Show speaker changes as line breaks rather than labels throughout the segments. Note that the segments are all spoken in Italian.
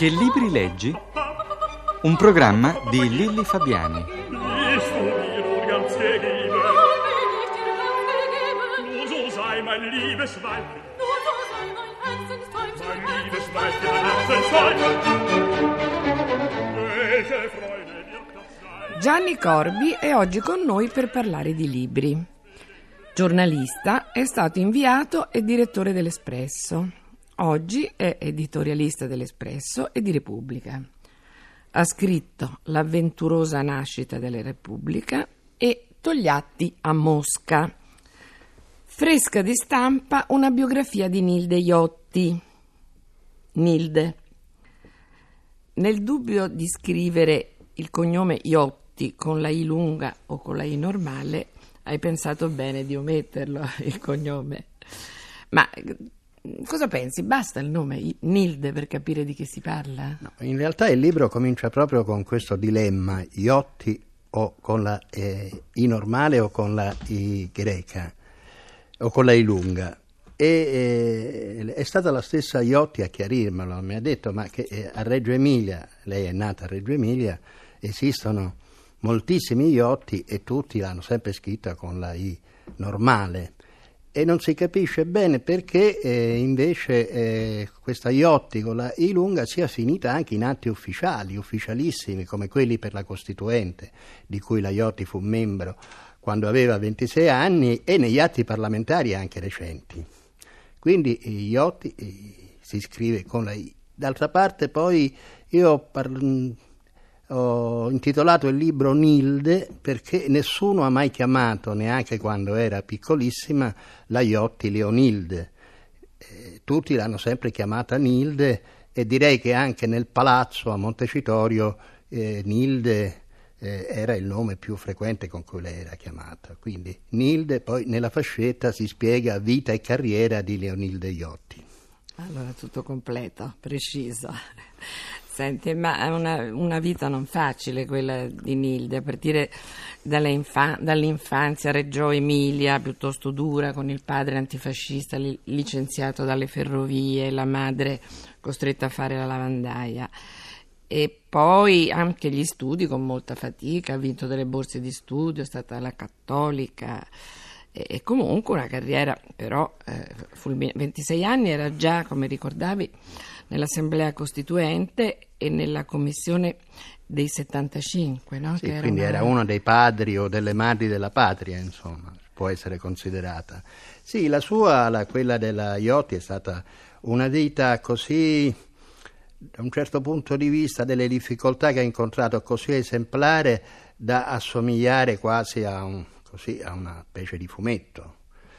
Che libri leggi? Un programma di Lilli Fabiani.
Gianni Corbi è oggi con noi per parlare di libri. Giornalista, è stato inviato e direttore dell'Espresso. Oggi è editorialista dell'Espresso e di Repubblica. Ha scritto L'avventurosa nascita della Repubblica e Togliatti a Mosca. Fresca di stampa una biografia di Nilde Iotti. Nilde. Nel dubbio di scrivere il cognome Iotti con la I lunga o con la I normale, hai pensato bene di ometterlo, il cognome. Ma cosa pensi? Basta il nome Nilde per capire di che si parla?
No, in realtà il libro comincia proprio con questo dilemma, Iotti o con la I normale o con la I greca o con la I lunga. E è stata la stessa Iotti a chiarirmelo, mi ha detto ma che a Reggio Emilia, lei è nata a Reggio Emilia, esistono moltissimi Iotti e tutti l'hanno sempre scritta con la I normale e non si capisce bene perché invece questa Iotti con la I lunga sia finita anche in atti ufficiali, ufficialissimi come quelli per la Costituente, di cui la Iotti fu membro quando aveva 26 anni, e negli atti parlamentari anche recenti. Quindi Iotti si scrive con la I. D'altra parte poi io ho intitolato il libro Nilde perché nessuno ha mai chiamato, neanche quando era piccolissima, la Iotti Leonilde. Tutti l'hanno sempre chiamata Nilde e direi che anche nel palazzo a Montecitorio Nilde era il nome più frequente con cui lei era chiamata. Quindi Nilde, poi nella fascetta si spiega vita e carriera di Leonilde Iotti.
Allora tutto completo, preciso. Senti, ma è una vita non facile quella di Nilde, a partire dall'infanzia a Reggio Emilia, piuttosto dura, con il padre antifascista licenziato dalle ferrovie, la madre costretta a fare la lavandaia. E poi anche gli studi con molta fatica, ha vinto delle borse di studio, è stata alla Cattolica e comunque una carriera, però 26 anni era già, come ricordavi, nell'Assemblea Costituente e nella Commissione dei 75, no?
Sì, quindi era uno dei padri o delle madri della patria, insomma, può essere considerata. Sì, quella della Iotti è stata una vita così, da un certo punto di vista, delle difficoltà che ha incontrato, così esemplare da assomigliare quasi a una specie di fumetto,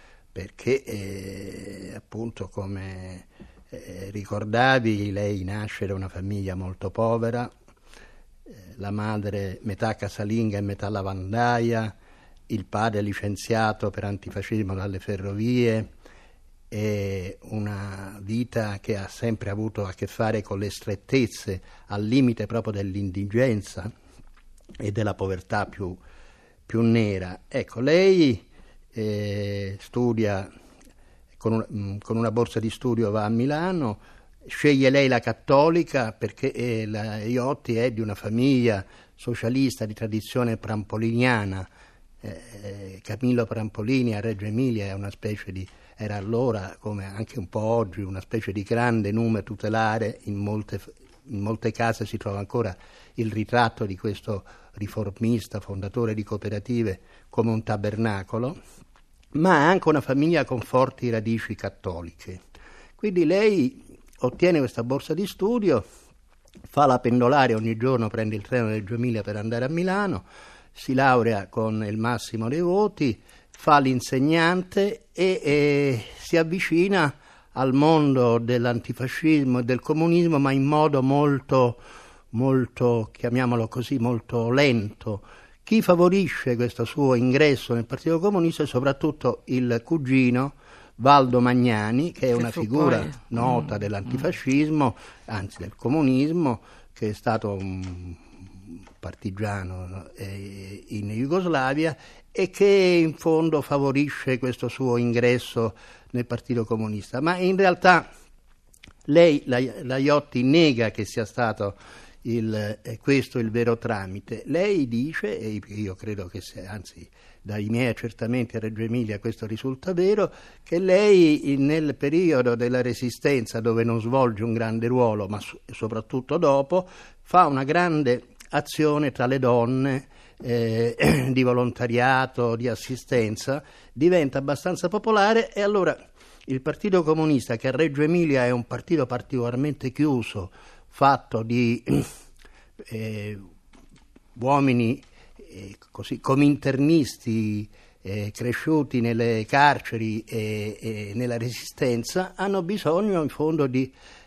perché appunto come ricordavi, lei nasce da una famiglia molto povera, la madre metà casalinga e metà lavandaia, il padre licenziato per antifascismo dalle ferrovie, e una vita che ha sempre avuto a che fare con le strettezze al limite proprio dell'indigenza e della povertà più nera. Ecco, lei studia con una borsa di studio, va a Milano, sceglie lei la Cattolica perché la Iotti è di una famiglia socialista di tradizione prampoliniana. Camillo Prampolini a Reggio Emilia era allora, come anche un po' oggi, una specie di grande nume tutelare. In molte case si trova ancora il ritratto di questo riformista, fondatore di cooperative, come un tabernacolo, ma anche una famiglia con forti radici cattoliche. Quindi lei ottiene questa borsa di studio, fa la pendolare ogni giorno, prende il treno del Reggio Emilia per andare a Milano, si laurea con il massimo dei voti, fa l'insegnante e si avvicina al mondo dell'antifascismo e del comunismo, ma in modo molto, molto, chiamiamolo così, molto lento. Chi favorisce questo suo ingresso nel Partito Comunista è soprattutto il cugino Valdo Magnani, che è una figura nota dell'antifascismo, anzi del comunismo, che è stato un partigiano in Jugoslavia e che in fondo favorisce questo suo ingresso nel Partito Comunista. Ma in realtà Lei, la Iotti, nega che sia stato questo il vero tramite. Lei dice, e io credo che sia, anzi dai miei accertamenti a Reggio Emilia questo risulta vero, che lei nel periodo della Resistenza, dove non svolge un grande ruolo, ma soprattutto dopo, fa una grande azione tra le donne, di volontariato, di assistenza, diventa abbastanza popolare, e allora il Partito Comunista, che a Reggio Emilia è un partito particolarmente chiuso, fatto di uomini così cominternisti cresciuti nelle carceri e nella Resistenza, hanno bisogno in fondo di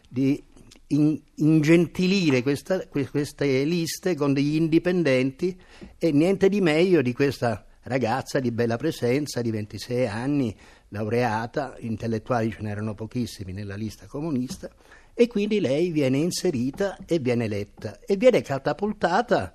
ingentilire queste liste con degli indipendenti, e niente di meglio di questa ragazza di bella presenza di 26 anni, laureata, intellettuali ce n'erano pochissimi nella lista comunista, e quindi lei viene inserita e viene eletta e viene catapultata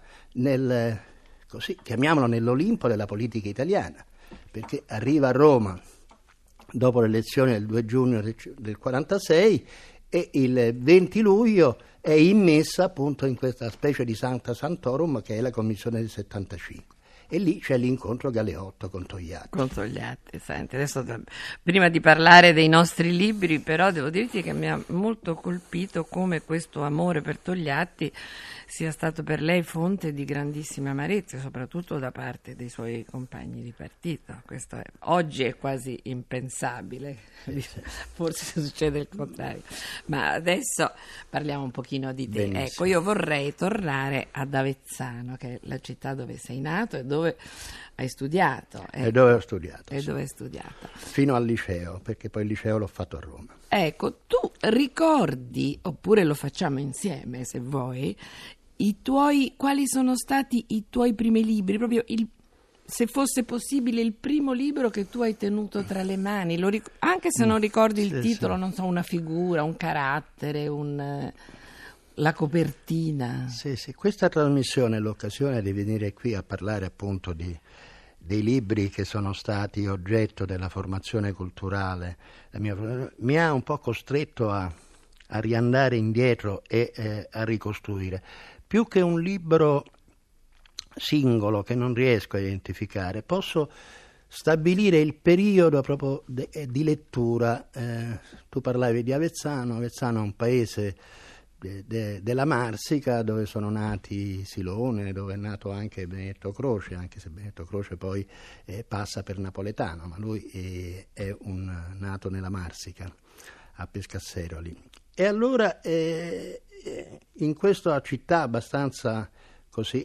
così chiamiamolo, nell'Olimpo della politica italiana, perché arriva a Roma dopo le elezioni del 2 giugno del 46 e il 20 luglio è immessa appunto in questa specie di Sancta Sanctorum che è la commissione del 75. E lì c'è l'incontro Galeotto con Togliatti.
Senti, adesso prima di parlare dei nostri libri, però devo dirti che mi ha molto colpito come questo amore per Togliatti sia stato per lei fonte di grandissime amarezze, soprattutto da parte dei suoi compagni di partito. Questo oggi è quasi impensabile, forse succede il contrario. Ma adesso parliamo un pochino di te.
Benissimo.
Ecco, io vorrei tornare ad Avezzano, che è la città dove sei nato e dove hai studiato.
E dove ho studiato.
E dove hai studiato.
Fino al liceo, perché poi il liceo l'ho fatto a Roma.
Ecco, tu ricordi, oppure lo facciamo insieme se vuoi, quali sono stati i tuoi primi libri, proprio se fosse possibile il primo libro che tu hai tenuto tra le mani, anche se non ricordi il titolo, sì. Non so, una figura, un carattere, la copertina.
Sì, questa trasmissione è l'occasione di venire qui a parlare appunto dei libri che sono stati oggetto della formazione culturale. Mi ha un po' costretto a riandare indietro e a ricostruire. Più che un libro singolo che non riesco a identificare, posso stabilire il periodo proprio di lettura. Tu parlavi di Avezzano. Avezzano è un paese della Marsica, dove sono nati Silone, dove è nato anche Benedetto Croce, anche se Benedetto Croce poi passa per napoletano, ma lui è nato nella Marsica, a Pescasseroli. E allora in questa città abbastanza così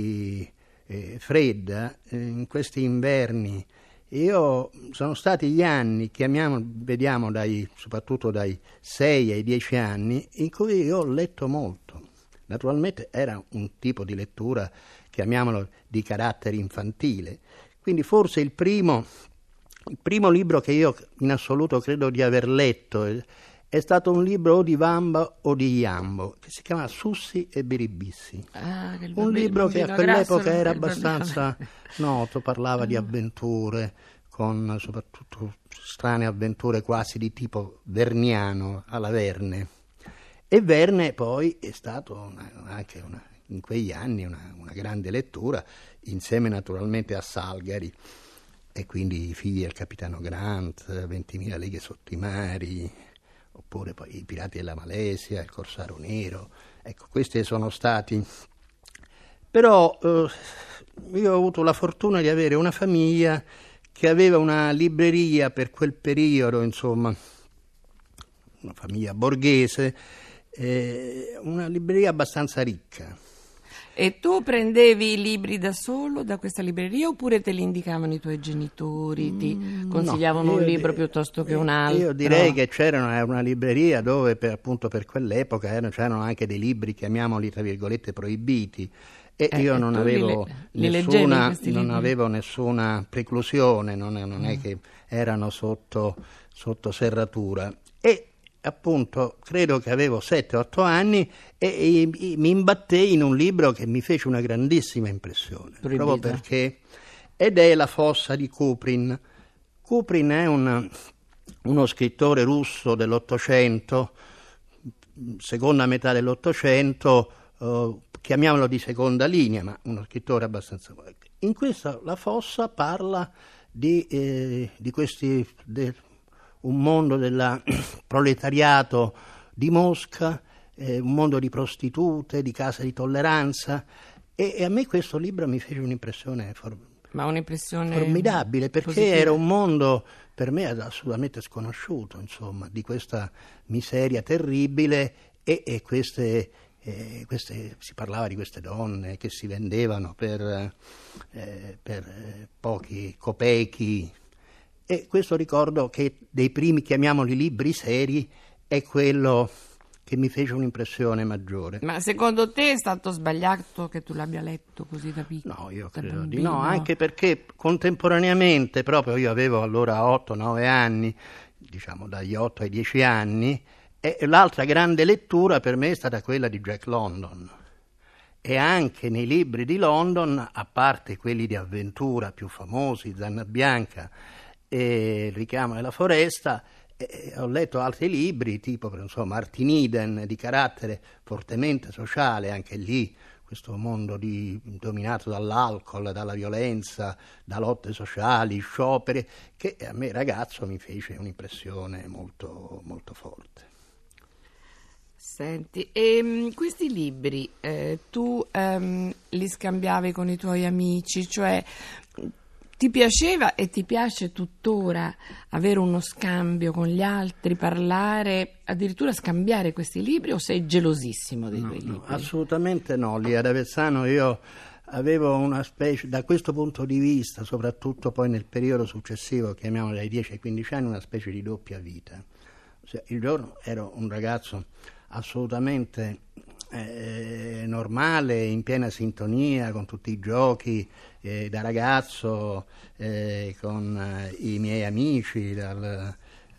fredda, in questi inverni, sono stati gli anni, vediamo soprattutto dai 6 ai 10 anni, in cui io ho letto molto. Naturalmente era un tipo di lettura, chiamiamolo, di carattere infantile. Quindi forse il primo libro che io in assoluto credo di aver letto è stato un libro o di Vamba o di Iambo, che si chiama Sussi e Biribissi. Un libro che a quell'epoca era abbastanza noto, parlava di avventure, con soprattutto strane avventure quasi di tipo verniano, alla Verne. E Verne poi è stato anche in quegli anni una grande lettura, insieme naturalmente a Salgari, e quindi I figli del capitano Grant, 20.000 leghe sotto i mari, oppure poi I pirati della Malesia, Il corsaro nero. Ecco, questi sono stati. Però io ho avuto la fortuna di avere una famiglia che aveva una libreria per quel periodo, insomma, una famiglia borghese, una libreria abbastanza ricca.
E tu prendevi i libri da solo da questa libreria, oppure te li indicavano i tuoi genitori, ti consigliavano un libro piuttosto che un altro?
Io direi che c'era una libreria dove appunto per quell'epoca c'erano anche dei libri, chiamiamoli tra virgolette, proibiti, e io non avevo nessuna preclusione, non è che erano sotto serratura. E appunto credo che avevo 7-8 anni e mi imbattei in un libro che mi fece una grandissima impressione, proprio perché, ed è La fossa di Kuprin. Kuprin è uno scrittore russo dell'Ottocento, seconda metà dell'Ottocento, chiamiamolo di seconda linea, ma uno scrittore abbastanza... In questo La Fossa parla di un mondo del proletariato di Mosca, un mondo di prostitute, di case di tolleranza, e a me questo libro mi fece un'impressione formidabile, perché positiva. Era un mondo per me assolutamente sconosciuto, insomma, di questa miseria terribile, e queste si parlava di queste donne che si vendevano per pochi copechi, e questo ricordo che dei primi, chiamiamoli libri seri, è quello che mi fece un'impressione maggiore.
Ma secondo te è stato sbagliato che tu l'abbia letto così da piccolo?
No, io credo di no, anche perché contemporaneamente, proprio io avevo allora 8-9 anni, diciamo dagli 8 ai 10 anni, e l'altra grande lettura per me è stata quella di Jack London. E anche nei libri di London, a parte quelli di avventura più famosi, Zanna Bianca e Il richiamo della foresta, ho letto altri libri tipo, insomma, Martin Eden, di carattere fortemente sociale, anche lì questo mondo dominato dall'alcol, dalla violenza, da lotte sociali, scioperi, che a me ragazzo mi fece un'impressione molto, molto forte.
Senti, e questi libri tu li scambiavi con i tuoi amici, cioè ti piaceva e ti piace tuttora avere uno scambio con gli altri, parlare, addirittura scambiare questi libri, o sei gelosissimo dei tuoi libri?
No, assolutamente no. Lì ad Avezzano io avevo una specie, da questo punto di vista, soprattutto poi nel periodo successivo, chiamiamolo dai 10 ai 15 anni, una specie di doppia vita. Cioè, il giorno ero un ragazzo assolutamente normale, in piena sintonia con tutti i giochi da ragazzo, con i miei amici, dal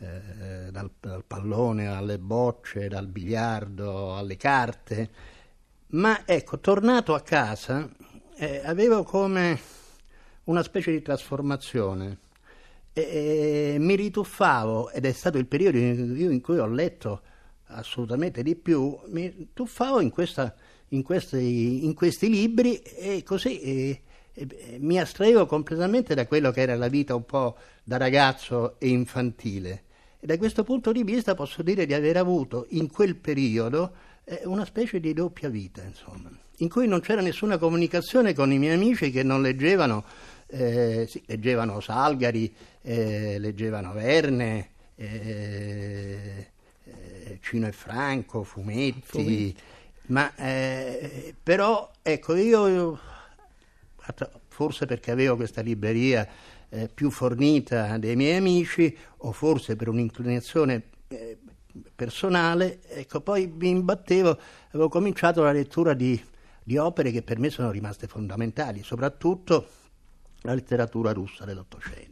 pallone alle bocce, dal biliardo alle carte, ma ecco, tornato a casa avevo come una specie di trasformazione, mi rituffavo, ed è stato il periodo in cui ho letto assolutamente di più, mi tuffavo in questi libri, e così mi astraevo completamente da quello che era la vita un po' da ragazzo e infantile, e da questo punto di vista posso dire di aver avuto in quel periodo una specie di doppia vita, insomma, in cui non c'era nessuna comunicazione con i miei amici, che non leggevano, leggevano Salgari, leggevano Verne, Cino e Franco, fumetti. Ma però ecco, io forse perché avevo questa libreria più fornita dei miei amici, o forse per un'inclinazione personale, ecco, poi mi imbattevo, avevo cominciato la lettura di opere che per me sono rimaste fondamentali, soprattutto la letteratura russa dell'Ottocento.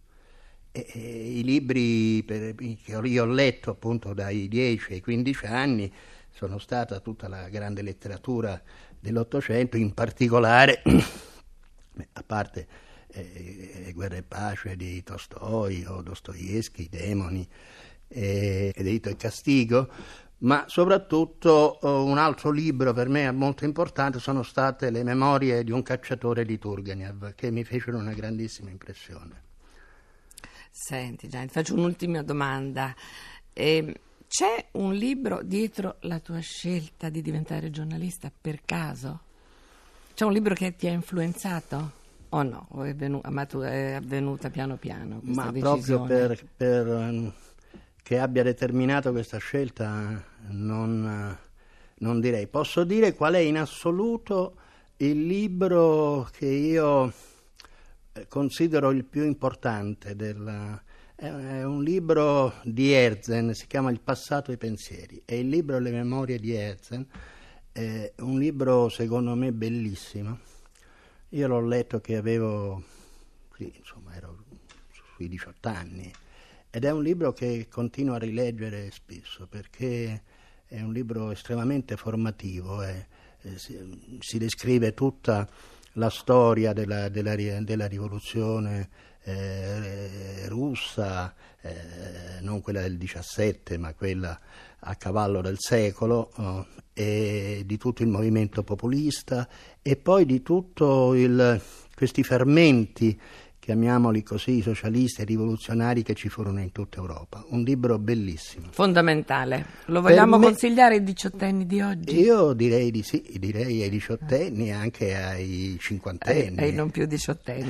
I libri che io ho letto appunto dai 10 ai 15 anni sono stata tutta la grande letteratura dell'Ottocento, in particolare, a parte Guerra e pace di Tolstoj o Dostoevskij, Demoni, Delitto e castigo, ma soprattutto un altro libro per me molto importante sono state le memorie di un cacciatore di Turgenev, che mi fecero una grandissima impressione.
Senti Gianni, ti faccio un'ultima domanda. C'è un libro dietro la tua scelta di diventare giornalista per caso? C'è un libro che ti ha influenzato o no? O è avvenuta piano piano questa
Ma
decisione?
Proprio per che abbia determinato questa scelta non direi. Posso dire qual è in assoluto il libro che io considero il più importante. È un libro di Herzen, si chiama Il passato e i pensieri, è il libro Le memorie di Herzen, è un libro secondo me bellissimo. Io l'ho letto che ero sui 18 anni, ed è un libro che continuo a rileggere spesso, perché è un libro estremamente formativo, si descrive tutta la storia della rivoluzione russa, non quella del 17 ma quella a cavallo del secolo, e di tutto il movimento populista e poi di tutto questi fermenti, chiamiamoli così, socialisti e rivoluzionari che ci furono in tutta Europa. Un libro bellissimo.
Fondamentale. Lo vogliamo consigliare ai diciottenni di oggi?
Io direi di sì, direi ai diciottenni e anche ai cinquantenni.
Ai non più diciottenni.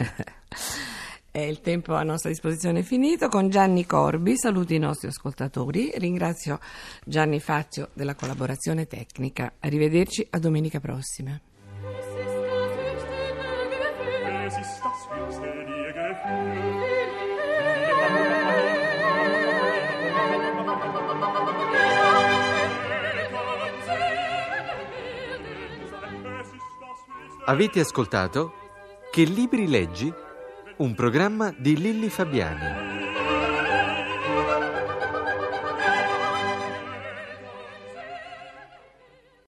Il tempo a nostra disposizione è finito. Con Gianni Corbi saluto i nostri ascoltatori. Ringrazio Gianni Fazio della collaborazione tecnica. Arrivederci, a domenica prossima.
Avete ascoltato Che libri leggi? Un programma di Lilli Fabiani.